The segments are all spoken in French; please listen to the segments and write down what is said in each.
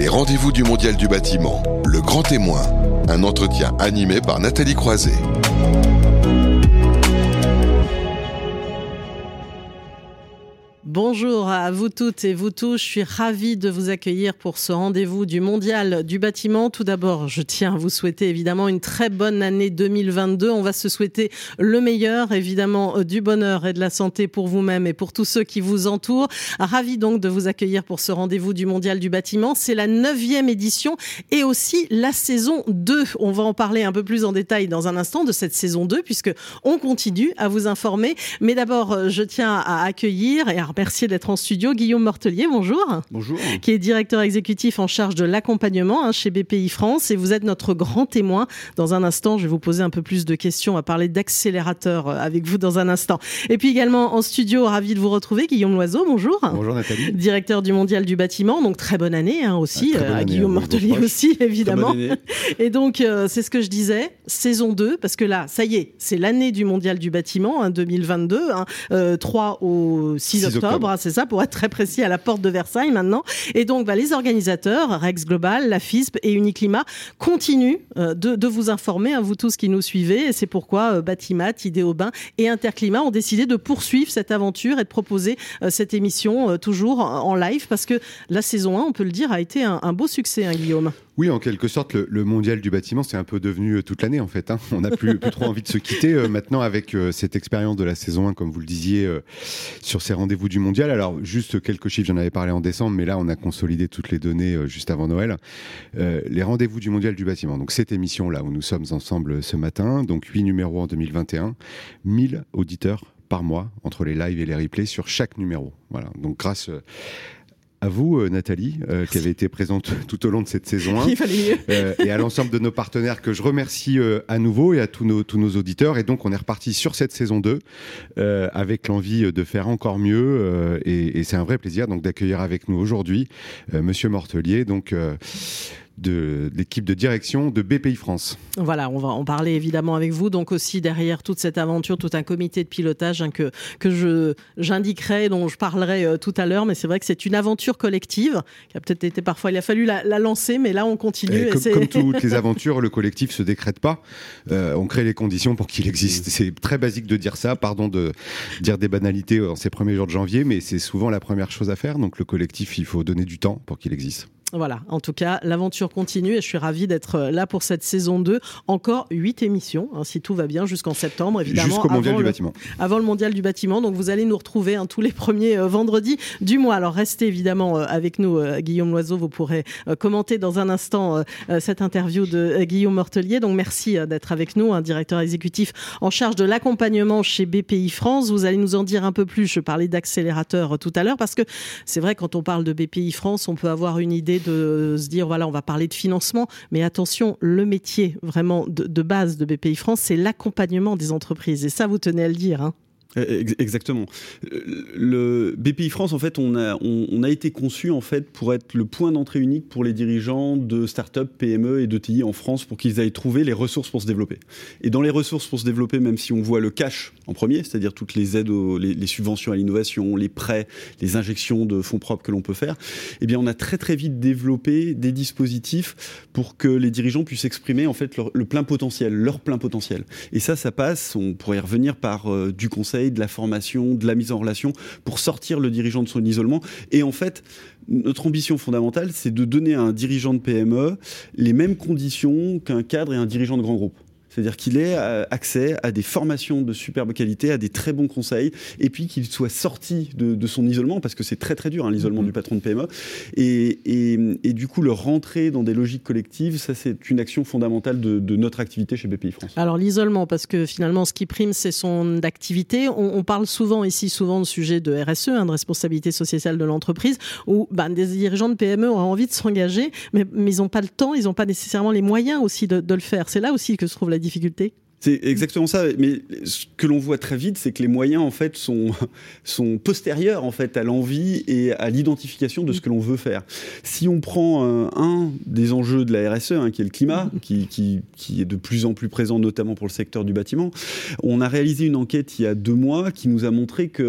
Les rendez-vous du Mondial du bâtiment, le grand témoin. Un entretien animé par Nathalie Croiset. Bonjour à vous toutes et vous tous, je suis ravie de vous accueillir pour ce rendez-vous du Mondial du bâtiment. Tout d'abord, je tiens à vous souhaiter évidemment une très bonne année 2022. On va se souhaiter le meilleur, évidemment du bonheur et de la santé pour vous-même et pour tous ceux qui vous entourent. Ravie donc de vous accueillir pour ce rendez-vous du Mondial du bâtiment. C'est la 9e édition et aussi la saison 2. On va en parler un peu plus en détail dans un instant de cette saison 2 puisque on continue à vous informer. Mais d'abord, je tiens à accueillir et à remercier d'être en studio Guillaume Mortelier, bonjour. Bonjour. Qui est directeur exécutif en charge de l'accompagnement chez BPI France et vous êtes notre grand témoin. Dans un instant, je vais vous poser un peu plus de questions, on va parler d'accélérateur avec vous dans un instant. Et puis également en studio, ravi de vous retrouver, Guillaume Loiseau, bonjour. Bonjour Nathalie. Directeur du Mondial du bâtiment, donc très bonne année aussi, bonne année, Guillaume Mortelier aussi évidemment. Et donc c'est ce que je disais, saison 2, parce que là, ça y est, c'est l'année du Mondial du bâtiment, 2022, 3 au 6 octobre. C'est ça, pour être très précis, à la porte de Versailles maintenant. Et donc, les organisateurs, Rex Global, la FISP et Uniclimat, continuent de vous informer, vous tous qui nous suivez. Et c'est pourquoi Batimat, Idéobain et Interclimat ont décidé de poursuivre cette aventure et de proposer cette émission toujours en live, parce que la saison 1, on peut le dire, a été un beau succès, Guillaume. Oui, en quelque sorte, le Mondial du bâtiment, c'est un peu devenu toute l'année en fait. On n'a plus trop envie de se quitter maintenant avec cette expérience de la saison 1, comme vous le disiez, sur ces rendez-vous du Mondial. Alors, juste quelques chiffres, j'en avais parlé en décembre, mais là, on a consolidé toutes les données juste avant Noël. Les rendez-vous du Mondial du bâtiment, donc cette émission-là où nous sommes ensemble ce matin, donc 8 numéros en 2021, 1000 auditeurs par mois entre les lives et les replays sur chaque numéro. Voilà, donc grâce à vous, Nathalie, qui avait été présente tout au long de cette saison 1. Il fallait mieux. Et à l'ensemble de nos partenaires que je remercie à nouveau et à tous nos auditeurs. Et donc, on est reparti sur cette saison 2 avec l'envie de faire encore mieux. Et c'est un vrai plaisir donc d'accueillir avec nous aujourd'hui Monsieur Mortelier, donc de l'équipe de direction de BPI France. Voilà, on va en parler évidemment avec vous. Donc aussi derrière toute cette aventure, tout un comité de pilotage que j'indiquerai, dont je parlerai tout à l'heure. Mais c'est vrai que c'est une aventure collective qui a peut-être été parfois, il a fallu la lancer, mais là on continue. Comme toutes les aventures, le collectif se décrète pas. On crée les conditions pour qu'il existe. C'est très basique de dire ça. Pardon de dire des banalités en ces premiers jours de janvier, mais c'est souvent la première chose à faire. Donc le collectif, il faut donner du temps pour qu'il existe. Voilà, en tout cas, l'aventure continue et je suis ravie d'être là pour cette saison 2. Encore 8 émissions, si tout va bien, jusqu'en septembre, évidemment. Jusqu'au Mondial du bâtiment. Avant le Mondial du bâtiment, donc vous allez nous retrouver tous les premiers vendredis du mois. Alors restez évidemment avec nous, Guillaume Loiseau, vous pourrez commenter dans un instant cette interview de Guillaume Mortelier. Donc merci d'être avec nous, directeur exécutif en charge de l'accompagnement chez BPI France. Vous allez nous en dire un peu plus, je parlais d'accélérateur tout à l'heure, parce que c'est vrai, quand on parle de BPI France, on peut avoir une idée de se dire, voilà, on va parler de financement, mais attention, le métier vraiment de base de BPI France, c'est l'accompagnement des entreprises. Et ça, vous tenez à le dire, Exactement. Le BPI France, en fait, on a été conçu en fait pour être le point d'entrée unique pour les dirigeants de start-up, PME et d'ETI en France, pour qu'ils aillent trouver les ressources pour se développer. Et dans les ressources pour se développer, même si on voit le cash en premier, c'est-à-dire toutes les aides, les subventions à l'innovation, les prêts, les injections de fonds propres que l'on peut faire, eh bien, on a très très vite développé des dispositifs pour que les dirigeants puissent exprimer en fait le plein potentiel, leur plein potentiel. Et ça passe, on pourrait y revenir par du conseil, de la formation, de la mise en relation pour sortir le dirigeant de son isolement. Et en fait, notre ambition fondamentale, c'est de donner à un dirigeant de PME les mêmes conditions qu'un cadre et un dirigeant de grand groupe. C'est-à-dire qu'il ait accès à des formations de superbe qualité, à des très bons conseils, et puis qu'il soit sorti de son isolement, parce que c'est très très dur, l'isolement du patron de PME. Et du coup, le rentrer dans des logiques collectives, ça c'est une action fondamentale de notre activité chez BPI France. Alors l'isolement, parce que finalement, ce qui prime, c'est son activité. On parle souvent ici, de sujet de RSE, de responsabilité sociale de l'entreprise, où des dirigeants de PME ont envie de s'engager, mais ils n'ont pas le temps, ils n'ont pas nécessairement les moyens aussi de le faire. C'est là aussi que se trouve la difficulté. C'est exactement ça, mais ce que l'on voit très vite, c'est que les moyens en fait sont postérieurs en fait à l'envie et à l'identification de ce que l'on veut faire. Si on prend un des enjeux de la RSE, qui est le climat, qui est de plus en plus présent, notamment pour le secteur du bâtiment, on a réalisé une enquête il y a 2 mois qui nous a montré que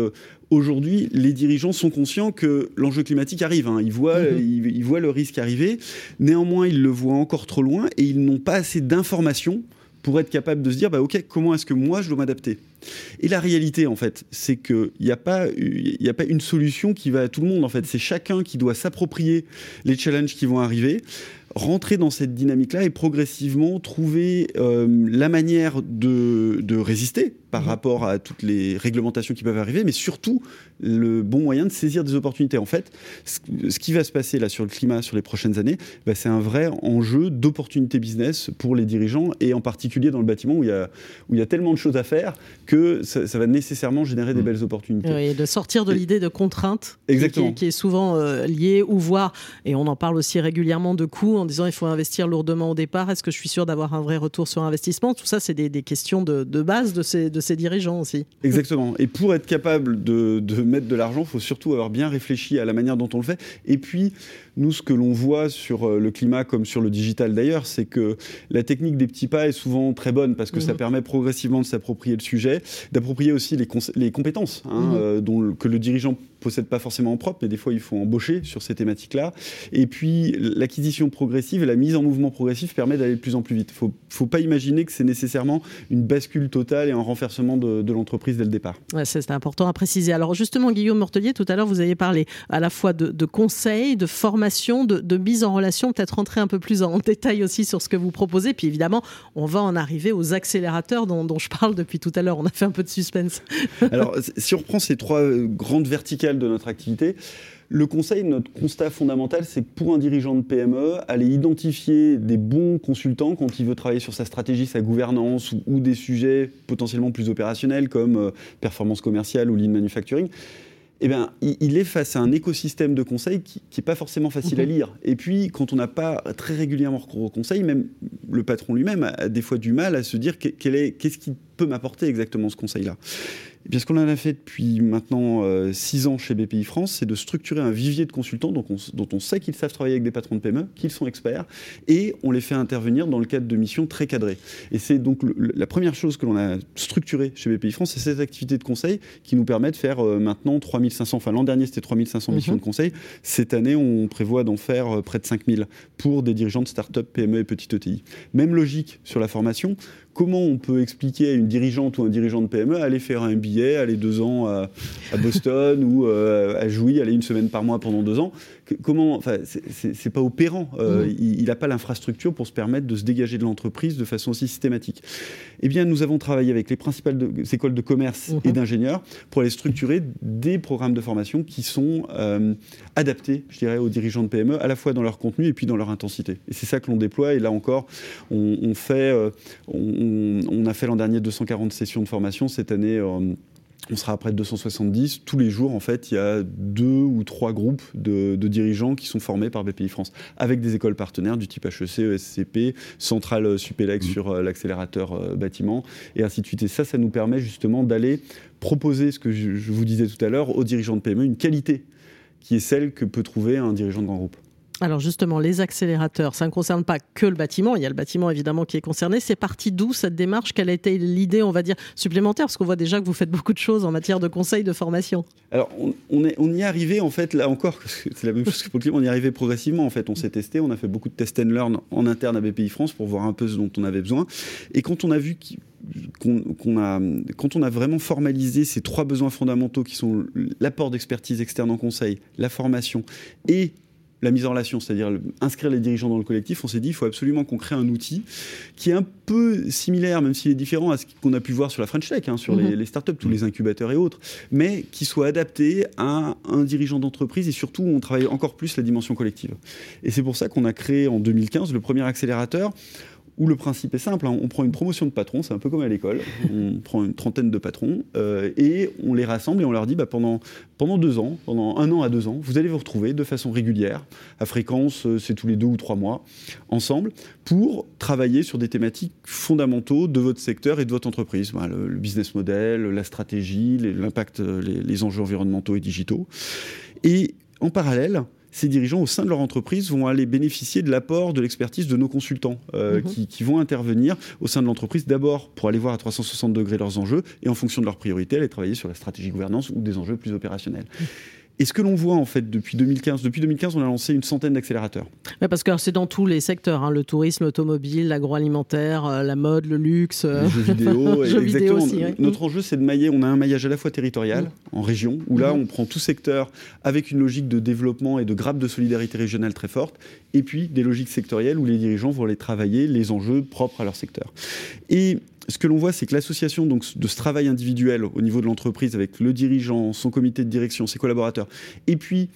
Aujourd'hui, les dirigeants sont conscients que l'enjeu climatique arrive. Ils voient le risque arriver. Néanmoins, ils le voient encore trop loin et ils n'ont pas assez d'informations pour être capables de se dire, OK, comment est-ce que moi, je dois m'adapter ? Et la réalité, en fait, c'est qu'il n'y a pas une solution qui va à tout le monde. En fait, c'est chacun qui doit s'approprier les challenges qui vont arriver, rentrer dans cette dynamique-là et progressivement trouver la manière de résister par rapport à toutes les réglementations qui peuvent arriver, mais surtout le bon moyen de saisir des opportunités. En fait, ce qui va se passer là sur le climat sur les prochaines années, c'est un vrai enjeu d'opportunité business pour les dirigeants et en particulier dans le bâtiment où il y a tellement de choses à faire que ça va nécessairement générer des belles opportunités. Oui, et de sortir de l'idée de contrainte qui est souvent liée ou voire, et on en parle aussi régulièrement, de coûts en disant il faut investir lourdement au départ, est-ce que je suis sûr d'avoir un vrai retour sur investissement ? Tout ça, c'est des questions de base de ces dirigeants aussi. Exactement. Et pour être capable de mettre de l'argent, il faut surtout avoir bien réfléchi à la manière dont on le fait. Et puis, nous, ce que l'on voit sur le climat comme sur le digital d'ailleurs, c'est que la technique des petits pas est souvent très bonne parce que ça permet progressivement de s'approprier le sujet, d'approprier aussi les compétences que le dirigeant possède pas forcément en propre, mais des fois il faut embaucher sur ces thématiques-là. Et puis l'acquisition progressive et la mise en mouvement progressif permet d'aller de plus en plus vite. Faut pas imaginer que c'est nécessairement une bascule totale et un renversement de l'entreprise dès le départ. Ouais, c'est important à préciser. Alors justement, Guillaume Mortellier, tout à l'heure vous avez parlé à la fois de conseils, de formation, de mise en relation, peut-être rentrer un peu plus en détail aussi sur ce que vous proposez. Puis évidemment, on va en arriver aux accélérateurs dont je parle depuis tout à l'heure. On a fait un peu de suspense. Alors, si on reprend ces trois grandes verticales de notre activité, le conseil, notre constat fondamental, c'est que pour un dirigeant de PME, aller identifier des bons consultants quand il veut travailler sur sa stratégie, sa gouvernance ou des sujets potentiellement plus opérationnels comme performance commerciale ou lean manufacturing, il est face à un écosystème de conseils qui n'est pas forcément facile à lire. Et puis, quand on n'a pas très régulièrement recours au conseil, même le patron lui-même a des fois du mal à se dire qu'est-ce qui peut m'apporter exactement ce conseil-là. Et bien, ce qu'on en a fait depuis maintenant 6 ans chez BPI France, c'est de structurer un vivier de consultants dont on sait qu'ils savent travailler avec des patrons de PME, qu'ils sont experts, et on les fait intervenir dans le cadre de missions très cadrées. Et c'est donc la première chose que l'on a structurée chez BPI France, c'est cette activité de conseil qui nous permet de faire maintenant 3500, enfin l'an dernier c'était 3500 missions de conseil, cette année on prévoit d'en faire près de 5000 pour des dirigeants de start-up, PME et petites ETI. Même logique sur la formation. Comment on peut expliquer à une dirigeante ou un dirigeant de PME aller faire un MBA, aller 2 ans à Boston ou à Jouy, aller 1 semaine par mois pendant 2 ans ? Comment, c'est pas opérant. Il n'a pas l'infrastructure pour se permettre de se dégager de l'entreprise de façon aussi systématique. Eh bien, nous avons travaillé avec les principales écoles de commerce et d'ingénieurs pour aller structurer des programmes de formation qui sont adaptés, je dirais, aux dirigeants de PME, à la fois dans leur contenu et puis dans leur intensité. Et c'est ça que l'on déploie. Et là encore, on a fait l'an dernier 240 sessions de formation. Cette année, on sera à près de 270. Tous les jours, en fait, il y a 2 ou 3 groupes de dirigeants qui sont formés par BPI France, avec des écoles partenaires du type HEC, ESCP, Centrale Supélec sur l'accélérateur bâtiment, et ainsi de suite. Et ça nous permet justement d'aller proposer, ce que je vous disais tout à l'heure, aux dirigeants de PME, une qualité qui est celle que peut trouver un dirigeant de grand groupe. Alors justement, les accélérateurs, ça ne concerne pas que le bâtiment, il y a le bâtiment évidemment qui est concerné. C'est parti d'où cette démarche ? Quelle a été l'idée, on va dire, supplémentaire ? Parce qu'on voit déjà que vous faites beaucoup de choses en matière de conseil, de formation. Alors on y est arrivé en fait, là encore, c'est la même chose que pour le client, on y est arrivé progressivement en fait. On s'est testé, on a fait beaucoup de test and learn en interne à BPI France pour voir un peu ce dont on avait besoin. Et quand on a vu quand on a vraiment formalisé ces 3 besoins fondamentaux qui sont l'apport d'expertise externe en conseil, la formation et la mise en relation, c'est-à-dire inscrire les dirigeants dans le collectif, on s'est dit il faut absolument qu'on crée un outil qui est un peu similaire, même s'il est différent à ce qu'on a pu voir sur la French Tech, sur les startups, tous les incubateurs et autres, mais qui soit adapté à un dirigeant d'entreprise et surtout où on travaille encore plus la dimension collective. Et c'est pour ça qu'on a créé en 2015 le premier accélérateur où le principe est simple, on prend une promotion de patrons, c'est un peu comme à l'école, on prend une trentaine de patrons et on les rassemble et on leur dit pendant 2 ans, pendant 1 an à 2 ans, vous allez vous retrouver de façon régulière, à fréquence c'est tous les 2 ou 3 mois, ensemble, pour travailler sur des thématiques fondamentaux de votre secteur et de votre entreprise. Le business model, la stratégie, l'impact, les enjeux environnementaux et digitaux. Et en parallèle, ces dirigeants, au sein de leur entreprise, vont aller bénéficier de l'apport, de l'expertise de nos consultants qui vont intervenir au sein de l'entreprise, d'abord pour aller voir à 360 degrés leurs enjeux et en fonction de leurs priorités, aller travailler sur la stratégie gouvernance ou des enjeux plus opérationnels. Et ce que l'on voit en fait depuis 2015, on a lancé une centaine d'accélérateurs. Ouais, parce que c'est dans tous les secteurs, le tourisme, l'automobile, l'agroalimentaire, la mode, le luxe, les jeux vidéo. Vidéo aussi, ouais. Notre enjeu, c'est de mailler. On a un maillage à la fois territorial, en région, où là, on prend tout secteur avec une logique de développement et de grappe de solidarité régionale très forte, et puis des logiques sectorielles où les dirigeants vont aller travailler les enjeux propres à leur secteur. Et ce que l'on voit, c'est que l'association donc, de ce travail individuel au niveau de l'entreprise avec le dirigeant, son comité de direction, ses collaborateurs, et puis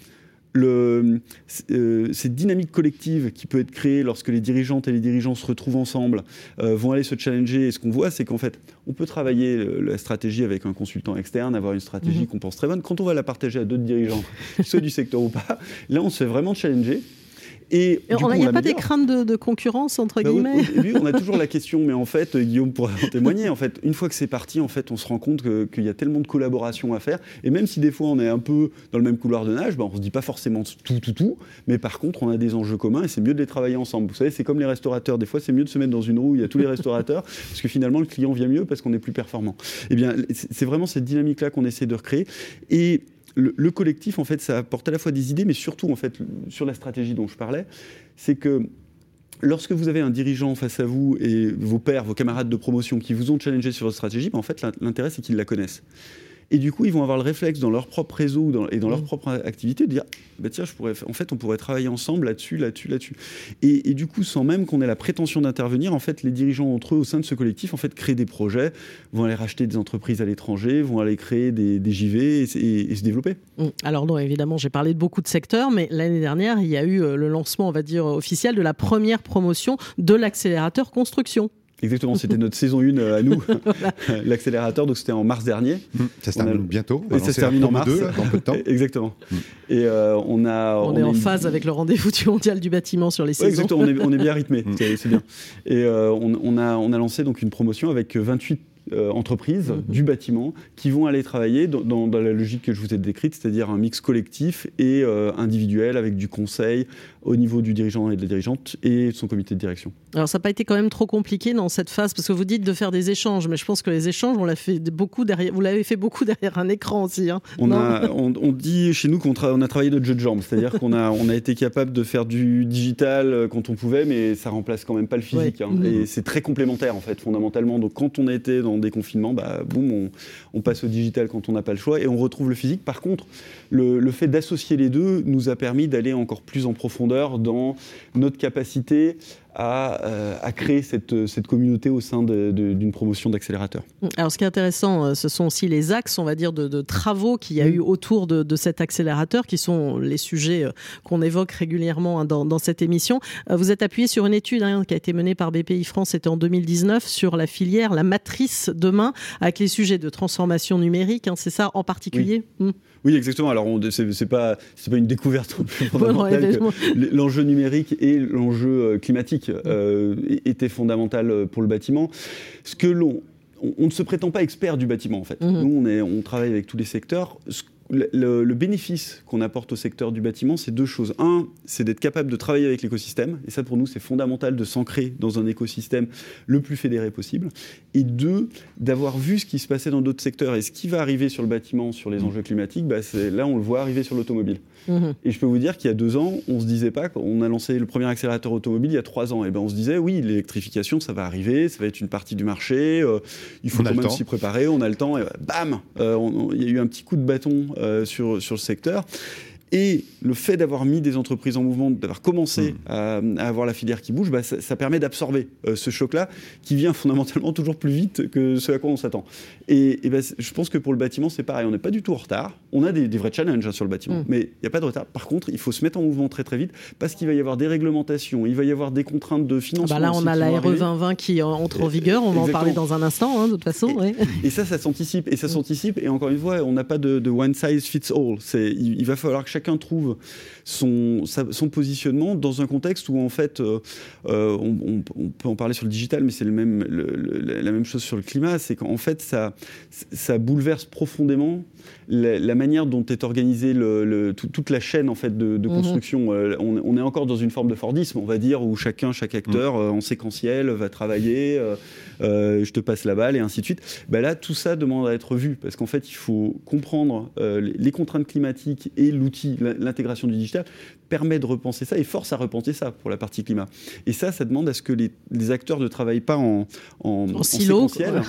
cette dynamique collective qui peut être créée lorsque les dirigeantes et les dirigeants se retrouvent ensemble, vont aller se challenger. Et ce qu'on voit, c'est qu'en fait, on peut travailler la stratégie avec un consultant externe, avoir une stratégie qu'on pense très bonne. Quand on va la partager à d'autres dirigeants, soit du secteur ou pas, là, on se fait vraiment challenger. Et il n'y a pas des craintes de concurrence, entre guillemets? Au début, on a toujours la question, mais en fait, Guillaume pourra en témoigner. En fait, une fois que c'est parti, en fait, on se rend compte qu'il y a tellement de collaborations à faire. Et même si des fois, on est un peu dans le même couloir de nage, on ne se dit pas forcément tout. Mais par contre, on a des enjeux communs et c'est mieux de les travailler ensemble. Vous savez, c'est comme les restaurateurs. Des fois, c'est mieux de se mettre dans une roue où il y a tous les restaurateurs parce que finalement, le client vient mieux parce qu'on est plus performant. Eh bien, c'est vraiment cette dynamique-là qu'on essaie de recréer. Et le collectif, en fait, ça apporte à la fois des idées, mais surtout, en fait, sur la stratégie dont je parlais, c'est que lorsque vous avez un dirigeant face à vous et vos pairs, vos camarades de promotion qui vous ont challengé sur votre stratégie, en fait, l'intérêt, c'est qu'ils la connaissent. Et du coup, ils vont avoir le réflexe dans leur propre réseau et dans leur propre activité de dire tiens, on pourrait travailler ensemble là-dessus. Et du coup, sans même qu'on ait la prétention d'intervenir, en fait, les dirigeants entre eux, au sein de ce collectif, en fait, créent des projets, vont aller racheter des entreprises à l'étranger, vont aller créer des JV et se développer. Alors non, évidemment, j'ai parlé de beaucoup de secteurs, mais l'année dernière, il y a eu le lancement, on va dire, officiel de la première promotion de l'accélérateur construction. Exactement, c'était notre saison 1 à nous, l'accélérateur, donc c'était en mars dernier. Ça se termine bientôt. Et ça se termine en mars. 2, dans peu de temps. Exactement. Et on est en phase avec le rendez-vous du mondial du bâtiment sur les saisons. Exactement, on est bien rythmé, c'est bien. Et on a lancé donc une promotion avec 28 entreprises du bâtiment qui vont aller travailler dans la logique que je vous ai décrite, c'est-à-dire un mix collectif et individuel avec du conseil au niveau du dirigeant et de la dirigeante et de son comité de direction. Alors ça n'a pas été quand même trop compliqué dans cette phase parce que vous dites de faire des échanges, mais je pense que les échanges, vous l'avez fait beaucoup derrière un écran aussi. Hein. On dit chez nous qu'on a travaillé de jeu de jambes, c'est-à-dire qu'on a été capable de faire du digital quand on pouvait, mais ça remplace quand même pas le physique. Ouais. Et c'est très complémentaire en fait, fondamentalement. Donc quand on était dans des confinements, boum, on passe au digital quand on n'a pas le choix et on retrouve le physique. Par contre, le fait d'associer les deux nous a permis d'aller encore plus en profondeur dans notre capacité à créer cette communauté au sein d'une promotion d'accélérateur. Alors ce qui est intéressant, ce sont aussi les axes, on va dire, de travaux qu'il y a eu autour de cet accélérateur, qui sont les sujets qu'on évoque régulièrement dans cette émission. Vous êtes appuyé sur une étude qui a été menée par BPI France, c'était en 2019, sur la filière, la matrice demain, avec les sujets de transformation numérique, c'est ça en particulier? Oui, exactement. Alors, c'est pas une découverte fondamentale. L'enjeu numérique et l'enjeu climatique étaient fondamentaux pour le bâtiment. On ne se prétend pas expert du bâtiment, en fait. Nous, on travaille avec tous les secteurs. Le bénéfice qu'on apporte au secteur du bâtiment, c'est deux choses. Un, c'est d'être capable de travailler avec l'écosystème. Et ça, pour nous, c'est fondamental de s'ancrer dans un écosystème le plus fédéré possible. Et deux, d'avoir vu ce qui se passait dans d'autres secteurs. Et ce qui va arriver sur le bâtiment, sur les enjeux climatiques, là, on le voit arriver sur l'automobile. Et je peux vous dire qu'il y a 2 ans, on ne se disait pas, on a lancé le premier accélérateur automobile il y a 3 ans. Et on se disait, oui, l'électrification, ça va arriver, ça va être une partie du marché. Il faut quand même s'y préparer, on a le temps. Et bam, il y a eu un petit coup de bâton sur le secteur. Et le fait d'avoir mis des entreprises en mouvement, d'avoir commencé à avoir la filière qui bouge, ça permet d'absorber ce choc-là qui vient fondamentalement toujours plus vite que ce à quoi on s'attend. Et je pense que pour le bâtiment, c'est pareil. On n'est pas du tout en retard. On a des vrais challenges sur le bâtiment, mais il n'y a pas de retard. Par contre, il faut se mettre en mouvement très très vite parce qu'il va y avoir des réglementations, il va y avoir des contraintes de financement. Là, on a la RE 2020 qui entre en vigueur. On va en parler dans un instant, de toute façon. Et ça s'anticipe. Et ça s'anticipe. Et encore une fois, on n'a pas de one size fits all. Il va falloir que chacun trouve son positionnement dans un contexte où en fait, on peut en parler sur le digital, mais c'est la même chose sur le climat, c'est qu'en fait ça bouleverse profondément la manière dont est organisée toute la chaîne en fait de construction. On est encore dans une forme de Fordisme, on va dire, où chaque acteur en séquentiel va travailler, je te passe la balle et ainsi de suite. Là, tout ça demande à être vu, parce qu'en fait, il faut comprendre les contraintes climatiques et l'intégration du digital permet de repenser ça et force à repenser ça pour la partie climat. Et ça demande à ce que les acteurs ne travaillent pas en silo, séquentiel,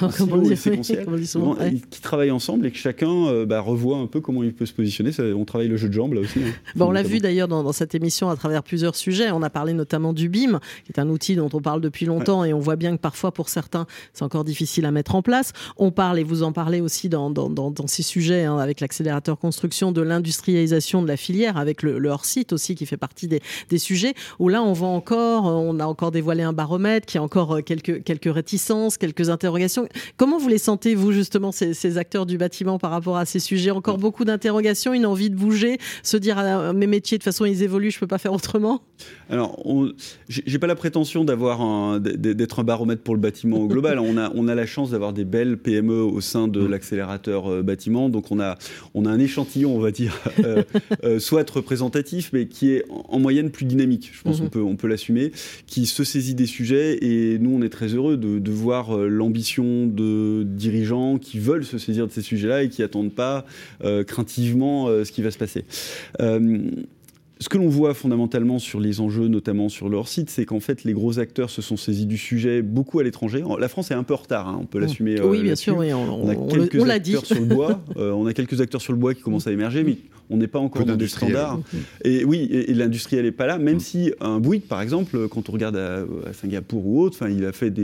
qui travaillent ensemble et que chacun revoit un peu comment il peut se positionner. On travaille le jeu de jambes là aussi. On l'a vu d'ailleurs dans cette émission à travers plusieurs sujets. On a parlé notamment du BIM, qui est un outil dont on parle depuis longtemps, et on voit bien que parfois pour certains c'est encore difficile à mettre en place. On parle, et vous en parlez aussi dans ces sujets, avec l'accélérateur construction, de l'industrialisation de la filière, avec le hors-site aussi qui fait partie des sujets, où là on a encore dévoilé un baromètre qui a encore quelques réticences, quelques interrogations. Comment vous les sentez, vous, justement, ces acteurs du bâtiment par rapport à ces sujets? Encore beaucoup d'interrogations, une envie de bouger, se dire mes métiers de toute façon ils évoluent, je peux pas faire autrement? Alors, j'ai pas la prétention d'être un baromètre pour le bâtiment au global. On a la chance d'avoir des belles PME au sein de l'accélérateur bâtiment, donc on a un échantillon, on va dire, soit représentatif, mais qui est en moyenne plus dynamique. Je pense qu'on peut l'assumer, qui se saisit des sujets, et nous on est très heureux de voir l'ambition de dirigeants qui veulent se saisir de ces sujets-là et qui attendent pas craintivement ce qui va se passer. Ce que l'on voit fondamentalement sur les enjeux, notamment sur leur site, c'est qu'en fait, les gros acteurs se sont saisis du sujet beaucoup à l'étranger. La France est un peu en retard, on peut l'assumer. Oui, bien sûr, oui, on l'a dit. Sur le bois, on a quelques acteurs sur le bois qui commencent à émerger, mais on n'est pas encore dans des standards. Et oui, et l'industriel n'est pas là, même si un Bouygues, par exemple, quand on regarde à Singapour ou autre, il a fait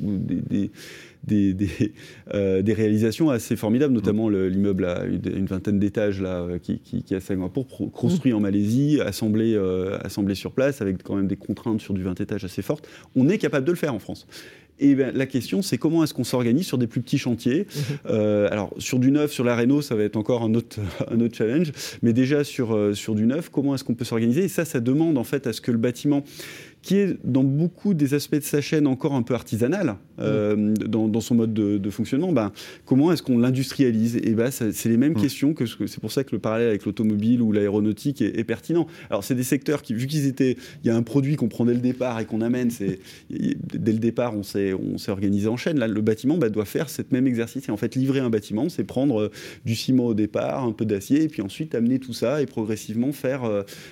des réalisations assez formidables, notamment l'immeuble à une vingtaine d'étages qui est à Singapour, construit en Malaisie, assemblé sur place, avec quand même des contraintes sur du 20 étages assez fortes. On est capable de le faire en France. Et la question, c'est comment est-ce qu'on s'organise sur des plus petits chantiers. Alors, sur du neuf, sur la réno, ça va être encore un autre challenge. Mais déjà, sur du neuf, comment est-ce qu'on peut s'organiser? Et ça demande en fait à ce que le bâtiment, qui est dans beaucoup des aspects de sa chaîne encore un peu artisanal, dans son mode de fonctionnement, comment est-ce qu'on l'industrialise? Et c'est les mêmes questions, c'est pour ça que le parallèle avec l'automobile ou l'aéronautique est pertinent. Alors c'est des secteurs qui, vu il y a un produit qu'on prend dès le départ et qu'on amène, dès le départ on s'est organisé en chaîne. Là, le bâtiment doit faire cet même exercice, et en fait livrer un bâtiment, c'est prendre du ciment au départ, un peu d'acier, et puis ensuite amener tout ça et progressivement faire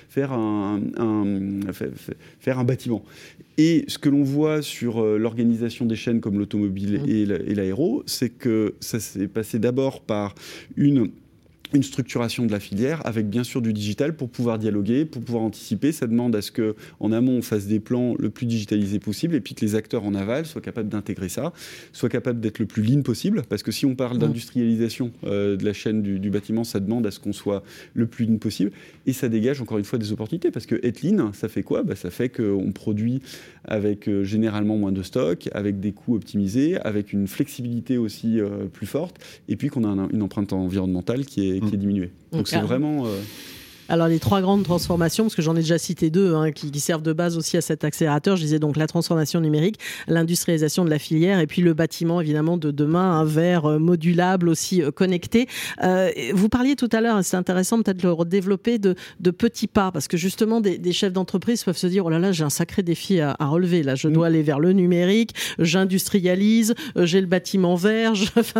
un bâtiment. Et ce que l'on voit sur l'organisation des chaînes comme l'automobile et l'aéro, c'est que ça s'est passé d'abord par une structuration de la filière avec bien sûr du digital pour pouvoir dialoguer, pour pouvoir anticiper. Ça demande à ce qu'en amont on fasse des plans le plus digitalisés possible, et puis que les acteurs en aval soient capables d'intégrer ça, soient capables d'être le plus lean possible, parce que si on parle d'industrialisation de la chaîne du bâtiment, ça demande à ce qu'on soit le plus lean possible, et ça dégage encore une fois des opportunités, parce que être lean, ça fait quoi? Ça fait qu'on produit avec généralement moins de stock, avec des coûts optimisés, avec une flexibilité aussi plus forte, et puis qu'on a une empreinte environnementale qui est diminuée. Donc c'est vraiment... Alors les trois grandes transformations, parce que j'en ai déjà cité deux, qui servent de base aussi à cet accélérateur, je disais donc la transformation numérique, l'industrialisation de la filière, et puis le bâtiment évidemment de demain, un verre modulable aussi connecté. Vous parliez tout à l'heure, c'est intéressant peut-être de le redévelopper, de petits pas, parce que justement des chefs d'entreprise peuvent se dire oh là là, j'ai un sacré défi à relever, là je dois aller vers le numérique, j'industrialise, j'ai le bâtiment vert,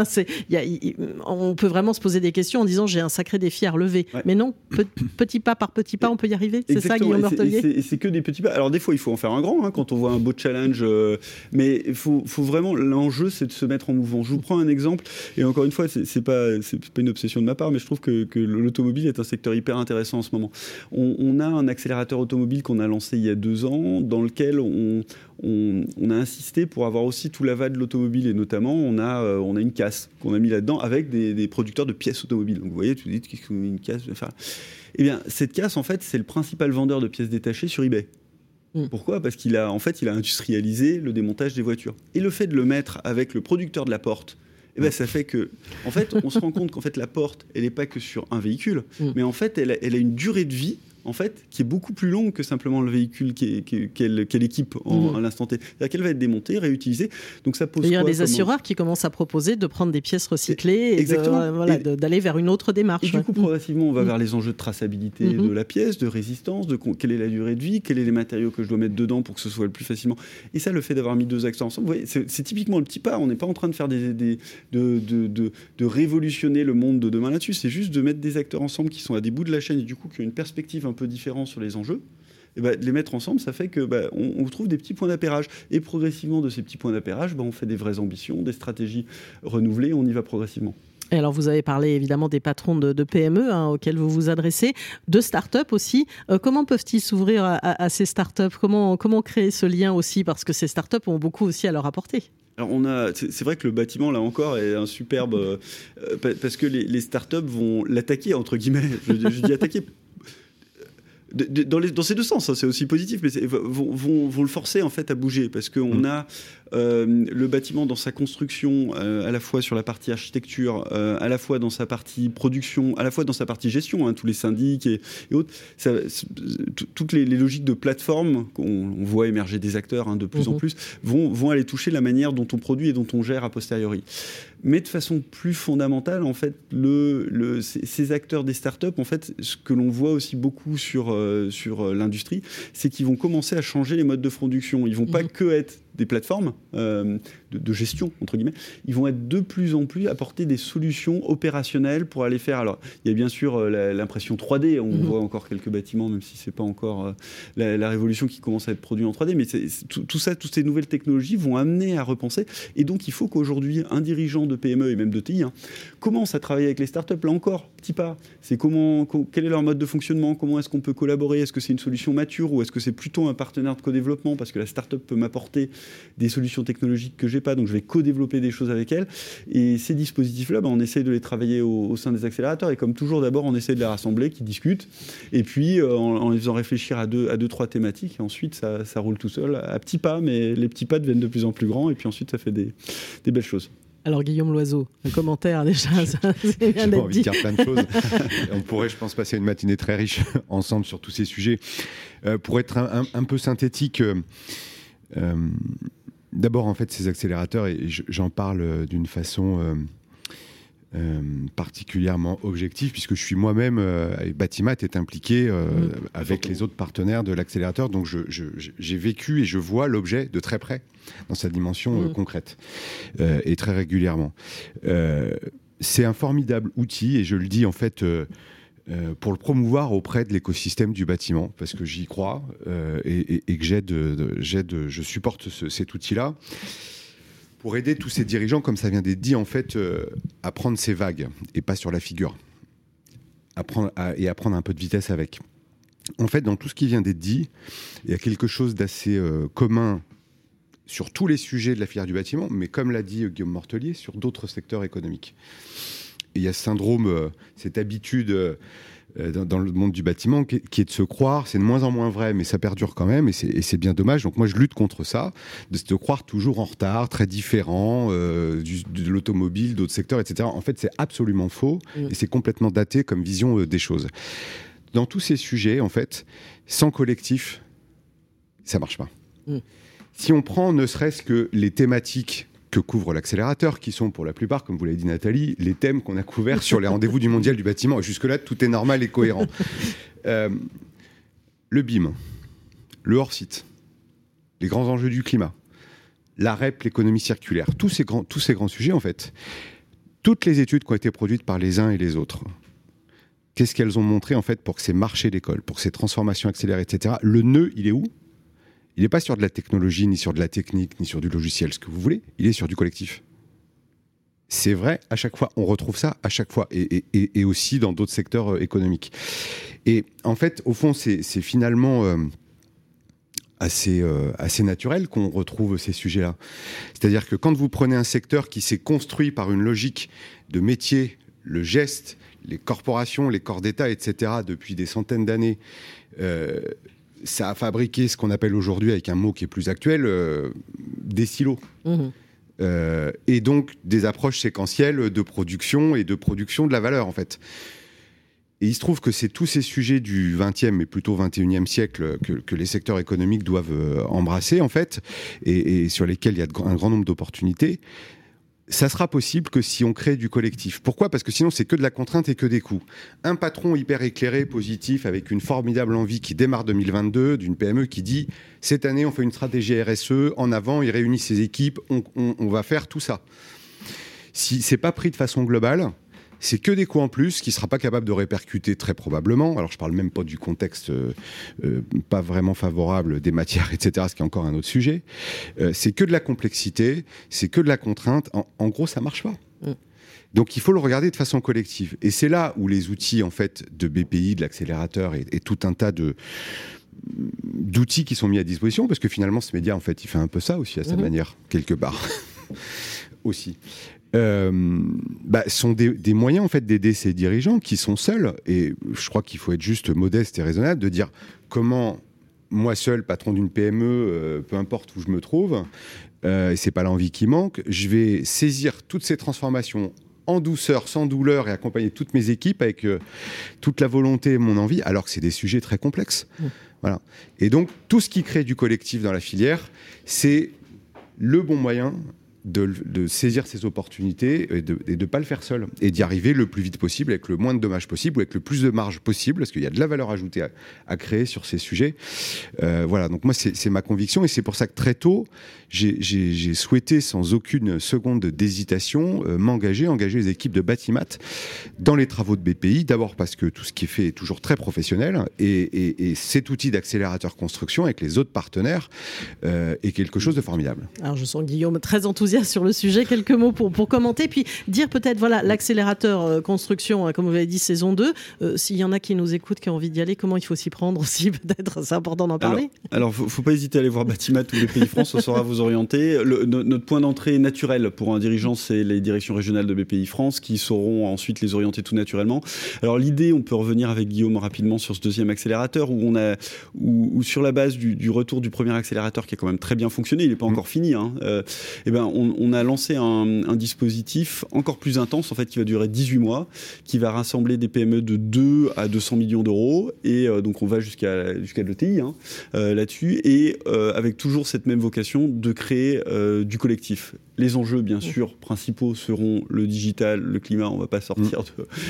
on peut vraiment se poser des questions en disant j'ai un sacré défi à relever, mais non, petit pas par petit pas, on peut y arriver. C'est ça, Guillaume Bertelier? Et c'est que des petits pas. Alors des fois, il faut en faire un grand, quand on voit un beau challenge. Mais il faut vraiment... L'enjeu, c'est de se mettre en mouvement. Je vous prends un exemple. Et encore une fois, c'est pas une obsession de ma part, mais je trouve que l'automobile est un secteur hyper intéressant en ce moment. On a un accélérateur automobile qu'on a lancé il y a 2 ans, dans lequel on a insisté pour avoir aussi tout l'aval de l'automobile, et notamment on a une casse qu'on a mis là-dedans avec des producteurs de pièces automobiles. Donc vous voyez, tu dis qu'est-ce qu'une casse va faire? Eh bien, cette casse, en fait, c'est le principal vendeur de pièces détachées sur eBay. Pourquoi? Parce qu'il a industrialisé le démontage des voitures. Et le fait de le mettre avec le producteur de la porte Et ben, ça fait que, en fait, on se rend compte qu'en fait, la porte, elle n'est pas que sur un véhicule, mais en fait, elle a une durée de vie, en fait, qui est beaucoup plus longue que simplement le véhicule qu'elle équipe à l'instant T. C'est-à-dire qu'elle va être démontée, réutilisée. Donc ça pose. Il y a des assureurs qui commencent à proposer de prendre des pièces recyclées et d'aller vers une autre démarche. Et du coup, progressivement, on va vers les enjeux de traçabilité de la pièce, de résistance, quelle est la durée de vie, quels sont les matériaux que je dois mettre dedans pour que ce soit le plus facilement. Et ça, le fait d'avoir mis deux acteurs ensemble, vous voyez, c'est typiquement le petit pas. On n'est pas en train de faire de révolutionner le monde de demain là-dessus. C'est juste de mettre des acteurs ensemble qui sont à des bouts de la chaîne et du coup qui ont une perspective un peu différent sur les enjeux, et de les mettre ensemble, ça fait que on trouve des petits points d'appairage. Et progressivement, de ces petits points d'appairage, on fait des vraies ambitions, des stratégies renouvelées, on y va progressivement. Et alors, vous avez parlé évidemment des patrons de PME auxquels vous vous adressez, de start-up aussi. Comment peuvent-ils s'ouvrir à ces start-up ? Comment créer ce lien aussi ? Parce que ces start-up ont beaucoup aussi à leur apporter. Alors c'est vrai que le bâtiment, là encore, est un superbe... parce que les start-up vont l'attaquer, entre guillemets. Je dis attaquer... Dans ces deux sens, hein, c'est aussi positif, mais vont le forcer en fait à bouger parce qu'on a le bâtiment dans sa construction, à la fois sur la partie architecture, à la fois dans sa partie production, à la fois dans sa partie gestion, tous les syndics et autres, toutes les logiques de plateforme qu'on voit émerger des acteurs de plus en plus vont aller toucher la manière dont on produit et dont on gère a posteriori. Mais de façon plus fondamentale, en fait, ces acteurs des startups, en fait, ce que l'on voit aussi beaucoup sur l'industrie, c'est qu'ils vont commencer à changer les modes de production. Ils vont pas que être des plateformes de gestion, entre guillemets, ils vont être de plus en plus apporter des solutions opérationnelles pour aller faire... Alors, il y a bien sûr l'impression 3D, on voit encore quelques bâtiments, même si c'est pas encore la révolution qui commence à être produite en 3D, mais tout ça, toutes ces nouvelles technologies vont amener à repenser, et donc il faut qu'aujourd'hui, un dirigeant de PME et même de TI commence à travailler avec les startups, là encore, petit pas, c'est quel est leur mode de fonctionnement, comment est-ce qu'on peut collaborer, est-ce que c'est une solution mature, ou est-ce que c'est plutôt un partenaire de co-développement, parce que la startup peut m'apporter des solutions technologiques que j'ai pas, donc je vais co-développer des choses avec elle. Et ces dispositifs-là, on essaye de les travailler au sein des accélérateurs. Et comme toujours, d'abord, on essaie de les rassembler, qu'ils discutent. Et puis, en les faisant réfléchir à deux, trois thématiques. Et ensuite, ça roule tout seul, à petits pas, mais les petits pas deviennent de plus en plus grands. Et puis ensuite, ça fait des belles choses. Alors Guillaume Loiseau, un commentaire déjà, c'est bien d'être dit. J'ai envie de dire plein de choses. On pourrait, je pense, passer une matinée très riche ensemble sur tous ces sujets. Pour être un peu synthétique, d'abord, en fait, ces accélérateurs, et j'en parle d'une façon particulièrement objective, puisque je suis moi-même, Batimat est impliqué avec les autres partenaires de l'accélérateur, donc j'ai vécu et je vois l'objet de très près, dans sa dimension concrète, et très régulièrement. C'est un formidable outil, et je le dis en fait... pour le promouvoir auprès de l'écosystème du bâtiment, parce que j'y crois et que je supporte cet outil-là pour aider tous ces dirigeants, comme ça vient d'être dit, en fait, à prendre ces vagues et pas sur la figure, à prendre un peu de vitesse avec. En fait, dans tout ce qui vient d'être dit, il y a quelque chose d'assez commun sur tous les sujets de la filière du bâtiment, mais comme l'a dit Guillaume Mortelier, sur d'autres secteurs économiques. Et il y a ce syndrome, cette habitude dans le monde du bâtiment qui est de se croire, c'est de moins en moins vrai, mais ça perdure quand même, et c'est bien dommage. Donc moi, je lutte contre ça, de se croire toujours en retard, très différent de l'automobile, d'autres secteurs, etc. En fait, c'est absolument faux, et c'est complètement daté comme vision des choses. Dans tous ces sujets, en fait, sans collectif, ça marche pas. Si on prend ne serait-ce que les thématiques que couvre l'accélérateur, qui sont pour la plupart, comme vous l'avez dit Nathalie, les thèmes qu'on a couverts sur les rendez-vous du Mondial du bâtiment. Jusque-là, tout est normal et cohérent. Le BIM, le hors-site, les grands enjeux du climat, la REP, l'économie circulaire, tous ces grands sujets, en fait, toutes les études qui ont été produites par les uns et les autres, qu'est-ce qu'elles ont montré, en fait, pour que ces marchés d'école, pour que ces transformations accélérées, etc., le nœud, il est où ? Il n'est pas sur de la technologie, ni sur de la technique, ni sur du logiciel, ce que vous voulez. Il est sur du collectif. C'est vrai, à chaque fois. On retrouve ça à chaque fois. Et aussi dans d'autres secteurs économiques. Et en fait, au fond, c'est finalement assez naturel qu'on retrouve ces sujets-là. C'est-à-dire que quand vous prenez un secteur qui s'est construit par une logique de métier, le geste, les corporations, les corps d'État, etc., depuis des centaines d'années... ça a fabriqué ce qu'on appelle aujourd'hui, avec un mot qui est plus actuel, des silos. et donc des approches séquentielles de production et de production de la valeur, en fait. Et il se trouve que c'est tous ces sujets du 20e, mais plutôt 21e siècle que les secteurs économiques doivent embrasser, en fait, et sur lesquels il y a un grand nombre d'opportunités. Ça sera possible que si on crée du collectif. Pourquoi ? Parce que sinon, c'est que de la contrainte et que des coûts. Un patron hyper éclairé, positif, avec une formidable envie qui démarre 2022, d'une PME qui dit « Cette année, on fait une stratégie RSE, en avant, il réunit ses équipes, on va faire tout ça. » Si c'est pas pris de façon globale, c'est que des coûts en plus qu'il ne sera pas capable de répercuter très probablement. Alors, je ne parle même pas du contexte pas vraiment favorable des matières, etc., ce qui est encore un autre sujet. C'est que de la complexité, c'est que de la contrainte. En gros, ça ne marche pas. Donc, il faut le regarder de façon collective. Et c'est là où les outils, en fait, de BPI, de l'accélérateur et tout un tas d'outils qui sont mis à disposition, parce que finalement, ce média, en fait, il fait un peu ça aussi à sa manière, quelque part. aussi. Sont des moyens en fait d'aider ces dirigeants qui sont seuls, et je crois qu'il faut être juste modeste et raisonnable de dire comment moi seul, patron d'une PME, peu importe où je me trouve, et c'est pas l'envie qui manque, je vais saisir toutes ces transformations en douceur, sans douleur, et accompagner toutes mes équipes avec toute la volonté et mon envie, alors que c'est des sujets très complexes. Voilà. Et donc tout ce qui crée du collectif dans la filière, c'est le bon moyen de saisir ces opportunités et de ne pas le faire seul, et d'y arriver le plus vite possible, avec le moins de dommages possible, ou avec le plus de marge possible, parce qu'il y a de la valeur ajoutée à créer sur ces sujets. Voilà, donc moi, c'est ma conviction, et c'est pour ça que très tôt, j'ai souhaité, sans aucune seconde d'hésitation, engager les équipes de Batimat dans les travaux de BPI, d'abord parce que tout ce qui est fait est toujours très professionnel, et cet outil d'accélérateur construction avec les autres partenaires est quelque chose de formidable. Alors je sens Guillaume très enthousiaste sur le sujet, quelques mots pour commenter, puis dire peut-être, voilà, l'accélérateur construction, comme vous l'avez dit, saison 2, s'il y en a qui nous écoutent, qui ont envie d'y aller, comment il faut s'y prendre aussi, peut-être, c'est important d'en parler. Alors faut pas hésiter à aller voir Batimat ou BPI France, ça saura vous orienter. Notre point d'entrée naturel pour un dirigeant, c'est les directions régionales de BPI France, qui sauront ensuite les orienter tout naturellement. Alors l'idée, on peut revenir avec Guillaume rapidement sur ce deuxième accélérateur, où sur la base du retour du premier accélérateur, qui a quand même très bien fonctionné, il n'est pas encore fini, on a lancé un dispositif encore plus intense, en fait, qui va durer 18 mois, qui va rassembler des PME de 2 à 200 millions d'euros, et donc on va jusqu'à l'ETI là-dessus, et avec toujours cette même vocation de créer du collectif. Les enjeux, bien sûr, principaux seront le digital, le climat, on ne va pas sortir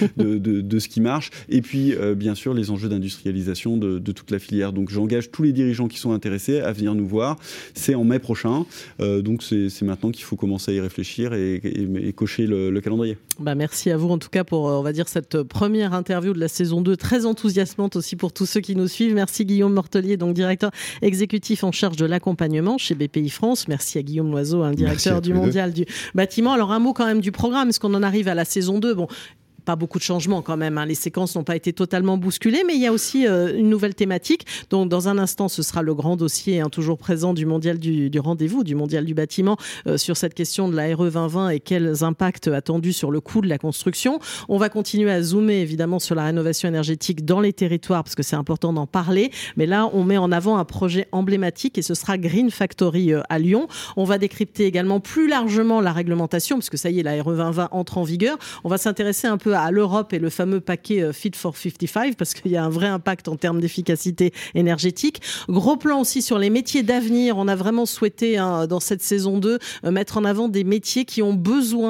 de ce qui marche, et puis, bien sûr, les enjeux d'industrialisation de toute la filière. Donc j'engage tous les dirigeants qui sont intéressés à venir nous voir. C'est en mai prochain, donc c'est maintenant qu'il faut commencer à y réfléchir et cocher le calendrier. Merci à vous, en tout cas, pour, on va dire, cette première interview de la saison 2, très enthousiasmante aussi pour tous ceux qui nous suivent. Merci Guillaume Mortelier, donc directeur exécutif en charge de l'accompagnement chez BPI France. Merci à Guillaume Loiseau, directeur du Mondial du bâtiment. Alors un mot quand même du programme, est-ce qu'on en arrive à la saison 2 ? Bon, pas beaucoup de changements quand même, les séquences n'ont pas été totalement bousculées, mais il y a aussi une nouvelle thématique. Donc dans un instant, ce sera le grand dossier toujours présent du mondial du rendez-vous, du mondial du bâtiment, sur cette question de la RE 2020 et quels impacts attendus sur le coût de la construction. On va continuer à zoomer évidemment sur la rénovation énergétique dans les territoires, parce que c'est important d'en parler, mais là on met en avant un projet emblématique, et ce sera Green Factory à Lyon. On va décrypter également plus largement la réglementation, parce que ça y est, la RE 2020 entre en vigueur. On va s'intéresser un peu à l'Europe et le fameux paquet Fit for 55, parce qu'il y a un vrai impact en termes d'efficacité énergétique. Gros plan aussi sur les métiers d'avenir. On a vraiment souhaité, dans cette saison 2, mettre en avant des métiers qui ont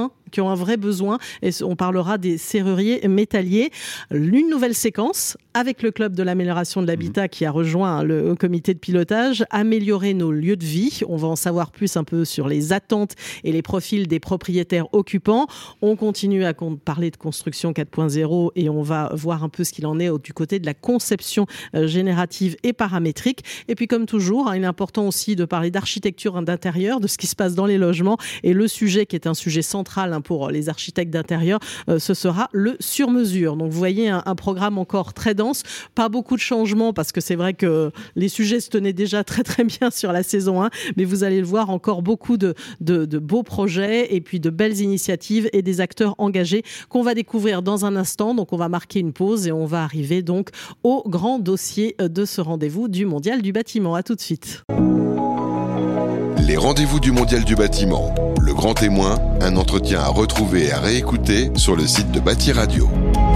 un vrai besoin, et on parlera des serruriers métalliers. Une nouvelle séquence avec le club de l'amélioration de l'habitat qui a rejoint le comité de pilotage, améliorer nos lieux de vie. On va en savoir plus un peu sur les attentes et les profils des propriétaires occupants. On continue à parler de construction 4.0, et on va voir un peu ce qu'il en est du côté de la conception générative et paramétrique. Et puis comme toujours, il est important aussi de parler d'architecture d'intérieur, de ce qui se passe dans les logements, et le sujet qui est un sujet central pour les architectes d'intérieur, ce sera le sur-mesure. Donc vous voyez un programme encore très dense, pas beaucoup de changements, parce que c'est vrai que les sujets se tenaient déjà très très bien sur la saison 1, mais vous allez le voir, encore beaucoup de beaux projets, et puis de belles initiatives et des acteurs engagés qu'on va découvrir dans un instant. Donc on va marquer une pause et on va arriver donc au grand dossier de ce rendez-vous du Mondial du bâtiment. À tout de suite. Les Les rendez-vous du Mondial du bâtiment. Le grand témoin, un entretien à retrouver et à réécouter sur le site de Bâti Radio.